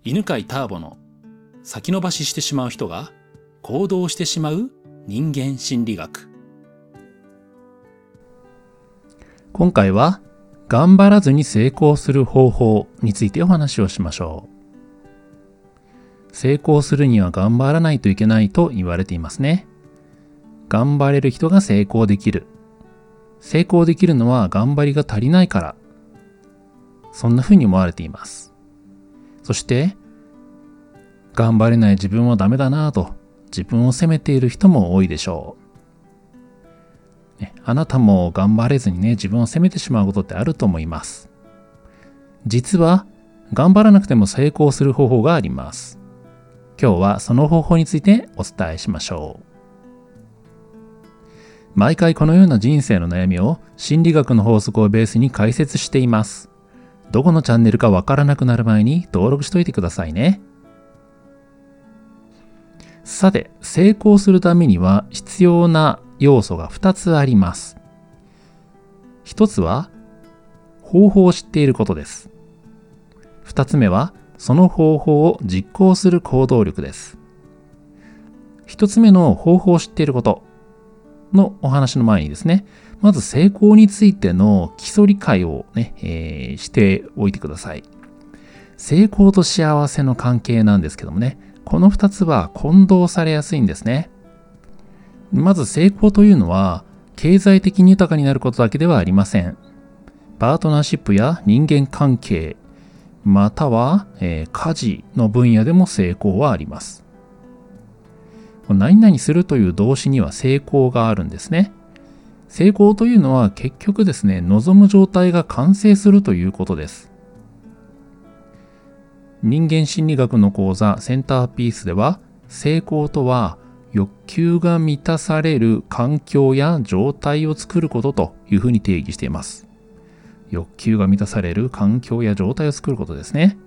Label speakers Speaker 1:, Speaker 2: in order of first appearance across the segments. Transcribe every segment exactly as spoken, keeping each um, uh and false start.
Speaker 1: 犬飼ターボの先延ばししてしまう人が行動してしまう人間心理学。
Speaker 2: 今回は頑張らずに成功する方法についてお話をしましょう。成功するには頑張らないといけないと言われていますね。頑張れる人が成功できる。成功できるのは頑張りが足りないから。そんな風に思われています。そして、頑張れない自分はダメだなぁと自分を責めている人も多いでしょう。ね、あなたも頑張れずにね、自分を責めてしまうことってあると思います。実は、頑張らなくても成功する方法があります。今日はその方法についてお伝えしましょう。毎回このような人生の悩みを心理学の法則をベースに解説しています。どこのチャンネルかわからなくなる前に登録しといてくださいね。さて、成功するためには必要な要素がふたつあります。ひとつは方法を知っていることです。ふたつめはその方法を実行する行動力です。ひとつめの方法を知っていることのお話の前にですね、まず成功についての基礎理解をね、えー、しておいてください。成功と幸せの関係なんですけどもね、このふたつは混同されやすいんですね。まず成功というのは、経済的に豊かになることだけではありません。パートナーシップや人間関係、または、えー、家事の分野でも成功はあります。何々するという動詞には成功があるんですね。成功というのは結局ですね、望む状態が完成するということです。人間心理学の講座センターピースでは、成功とは欲求が満たされる環境や状態を作ることというふうに定義しています。欲求が満たされる環境や状態を作ることですね。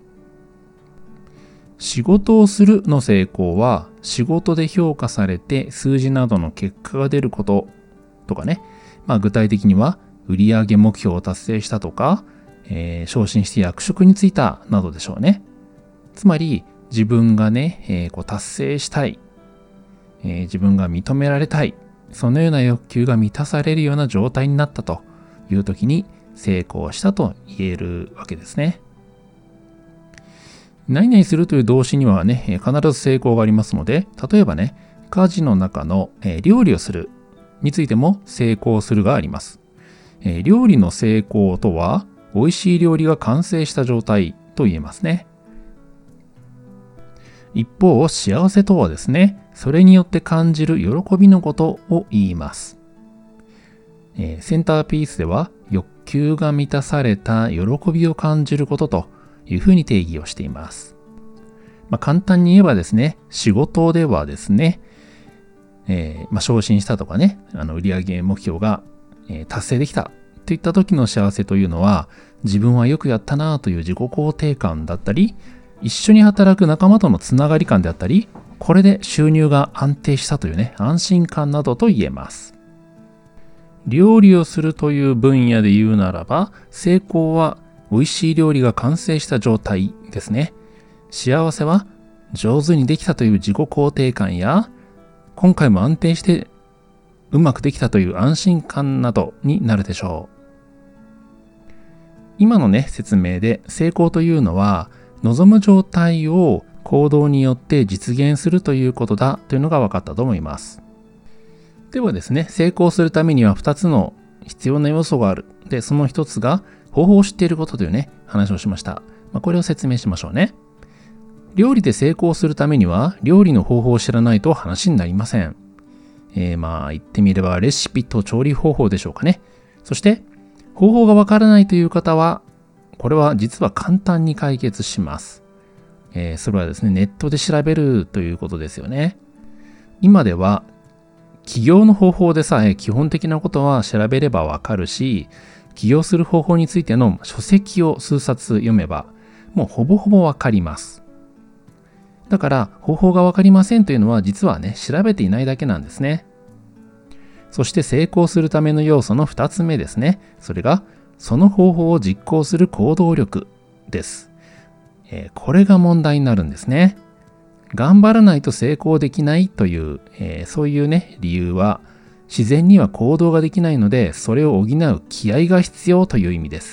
Speaker 2: 仕事をするの成功は、仕事で評価されて数字などの結果が出ることとかね、まあ、具体的には売上目標を達成したとか、えー、昇進して役職に就いたなどでしょうね。つまり自分がね、えー、こう達成したい、えー、自分が認められたい、そのような欲求が満たされるような状態になったという時に成功したと言えるわけですね。何々するという動詞にはね、必ず成功がありますので、例えばね、家事の中の料理をするについても成功するがあります。料理の成功とは、美味しい料理が完成した状態と言えますね。一方、幸せとはですね、それによって感じる喜びのことを言います。センターピースでは、欲求が満たされた喜びを感じることというふうに定義をしています。まあ、簡単に言えばですね、仕事ではですね、えーまあ、昇進したとかね、あの売上目標が、えー、達成できたといった時の幸せというのは、自分はよくやったなという自己肯定感だったり、一緒に働く仲間とのつながり感であったり、これで収入が安定したというね、安心感などと言えます。料理をするという分野で言うならば、成功は美味しい料理が完成した状態ですね。幸せは上手にできたという自己肯定感や、今回も安定してうまくできたという安心感などになるでしょう。今のね、説明で成功というのは、望む状態を行動によって実現するということだというのが分かったと思います。ではですね、成功するためにはふたつの必要な要素がある。で、そのひとつが方法を知っていることというね、話をしました。まあ、これを説明しましょうね。料理で成功するためには、料理の方法を知らないと話になりません。えー、まあ、言ってみればレシピと調理方法でしょうかね。そして、方法がわからないという方は、これは実は簡単に解決します。えー、それはですね、ネットで調べるということですよね。今では、起業の方法でさえ基本的なことは調べればわかるし、起業する方法についての書籍を数冊読めば、もうほぼほぼわかります。だから方法がわかりませんというのは実はね、調べていないだけなんですね。そして成功するための要素のふたつめですね。それがその方法を実行する行動力です。 えー、これが問題になるんですね。頑張らないと成功できないという、えー、そういうね、理由は、自然には行動ができないので、それを補う気合が必要という意味です。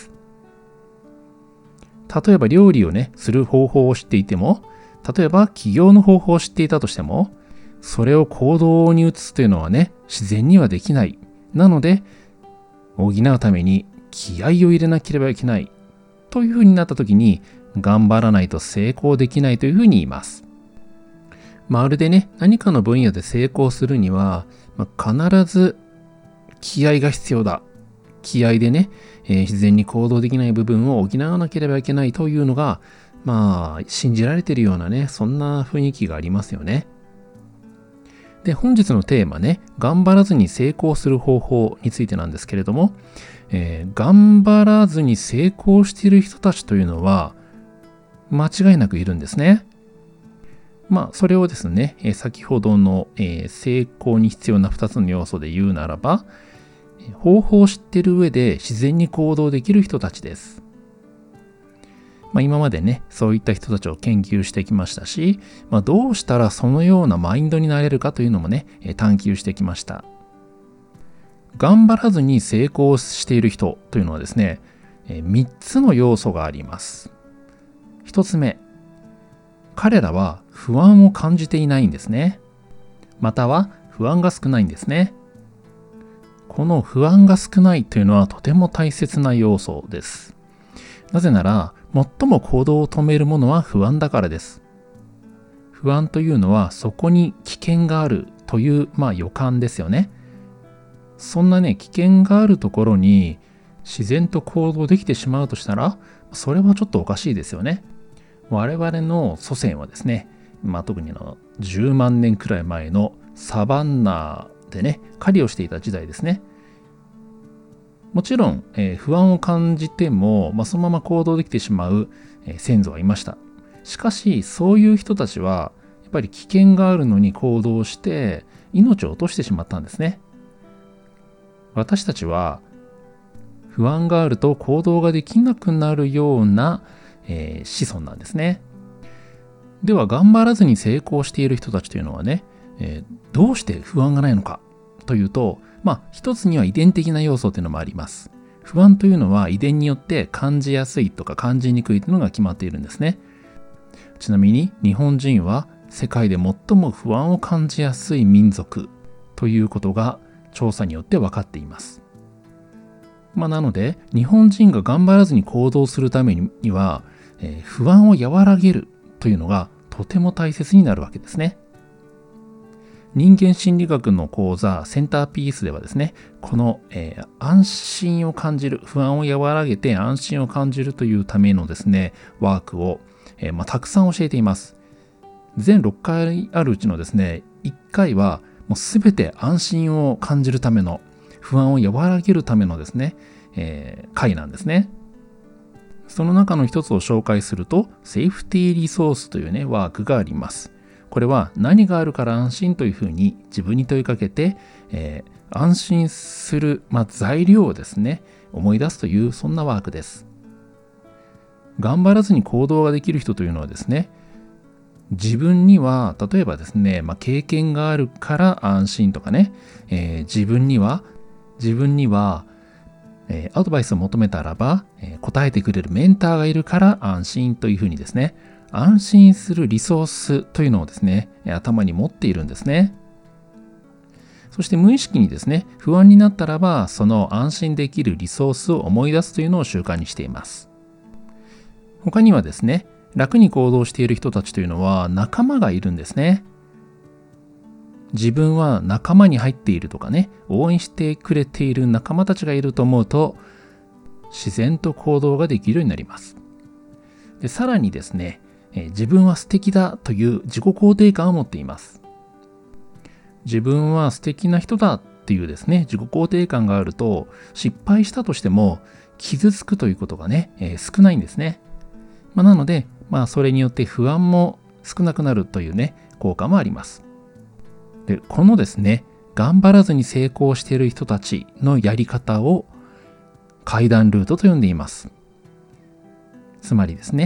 Speaker 2: 例えば料理をね、する方法を知っていても、例えば起業の方法を知っていたとしても、それを行動に移すというのはね、自然にはできない。なので、補うために気合を入れなければいけないというふうになったときに、頑張らないと成功できないというふうに言います。まるでね、何かの分野で成功するには、まあ、必ず気合が必要だ。気合でね、えー、自然に行動できない部分を補わなければいけないというのが、まあ、信じられているようなね、そんな雰囲気がありますよね。で、本日のテーマね、頑張らずに成功する方法についてなんですけれども、えー、頑張らずに成功している人たちというのは、間違いなくいるんですね。まあ、それをですね、えー、先ほどの、えー、成功に必要なふたつの要素で言うならば、方法を知っている上で自然に行動できる人たちです。まあ、今までね、そういった人たちを研究してきましたし、まあ、どうしたらそのようなマインドになれるかというのもね、探求してきました。頑張らずに成功している人というのはですね、みっつの要素があります。ひとつめ、彼らは不安を感じていないんですね。または不安が少ないんですね。この不安が少ないというのはとても大切な要素です。なぜなら、最も行動を止めるものは不安だからです。不安というのはそこに危険があるという、まあ、予感ですよね。そんなね、危険があるところに自然と行動できてしまうとしたら、それはちょっとおかしいですよね。我々の祖先はですね、まあ、特にのじゅうまんねんくらい前のサバンナでね、狩りをしていた時代ですね。もちろん、えー、不安を感じても、まあ、そのまま行動できてしまう、えー、先祖はいました。しかし、そういう人たちは、やっぱり危険があるのに行動して、命を落としてしまったんですね。私たちは、不安があると行動ができなくなるような、えー、子孫なんですね。では、頑張らずに成功している人たちというのはね、えー、どうして不安がないのかというと、まあ、一つには遺伝的な要素というのもあります。不安というのは遺伝によって感じやすいとか感じにくいというのが決まっているんですね。ちなみに日本人は世界で最も不安を感じやすい民族ということが調査によって分かっています。まあ、なので日本人が頑張らずに行動するためには、えー、不安を和らげるというのがとても大切になるわけですね。人間心理学の講座センターピースではですね、この、えー、安心を感じる、不安を和らげて安心を感じるというためのですね、ワークを、えーまあ、たくさん教えています。全ろっかいあるうちのですね、いっかいはもうすべて安心を感じるための、不安を和らげるためのですね、えー、回なんですね。その中の一つを紹介すると、セーフティーリソースというね、ワークがあります。これは何があるから安心というふうに自分に問いかけて、えー、安心する、まあ、材料をですね、思い出すというそんなワークです。頑張らずに行動ができる人というのはですね、自分には例えばですね、まあ、経験があるから安心とかね、えー、自分には自分には、えー、アドバイスを求めたらば、えー、答えてくれるメンターがいるから安心というふうにですね、安心するリソースというのをですね、頭に持っているんですね。そして無意識にですね、不安になったらば、その安心できるリソースを思い出すというのを習慣にしています。他にはですね、楽に行動している人たちというのは仲間がいるんですね。自分は仲間に入っているとかね、応援してくれている仲間たちがいると思うと、自然と行動ができるようになります。で、さらにですね、自分は素敵だという自己肯定感を持っています。自分は素敵な人だっていうですね、自己肯定感があると、失敗したとしても傷つくということがね、えー、少ないんですね。まあ、なので、まあ、それによって不安も少なくなるというね、効果もあります。で、このですね、頑張らずに成功している人たちのやり方を階段ルートと呼んでいます。つまりですね、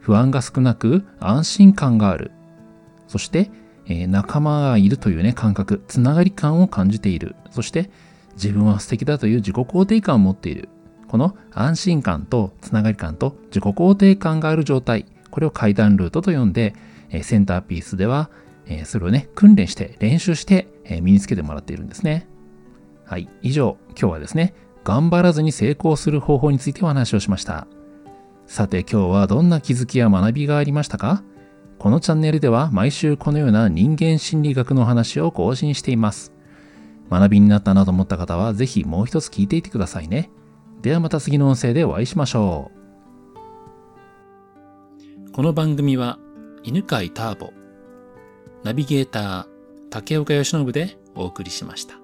Speaker 2: 不安が少なく安心感がある。そして、えー、仲間がいるというね、感覚、つながり感を感じている。そして、自分は素敵だという自己肯定感を持っている。この安心感とつながり感と自己肯定感がある状態、これを階段ルートと呼んで、えー、センターピースでは、えー、それをね、訓練して、練習して、えー、身につけてもらっているんですね。はい、以上、今日はですね、頑張らずに成功する方法についてお話をしました。さて今日はどんな気づきや学びがありましたか？このチャンネルでは毎週このような人間心理学の話を更新しています。学びになったなと思った方はぜひもう一つ聞いていてくださいね。ではまた次の音声でお会いしましょ
Speaker 1: う。この番組は犬飼ターボ、ナビゲーター竹岡由伸でお送りしました。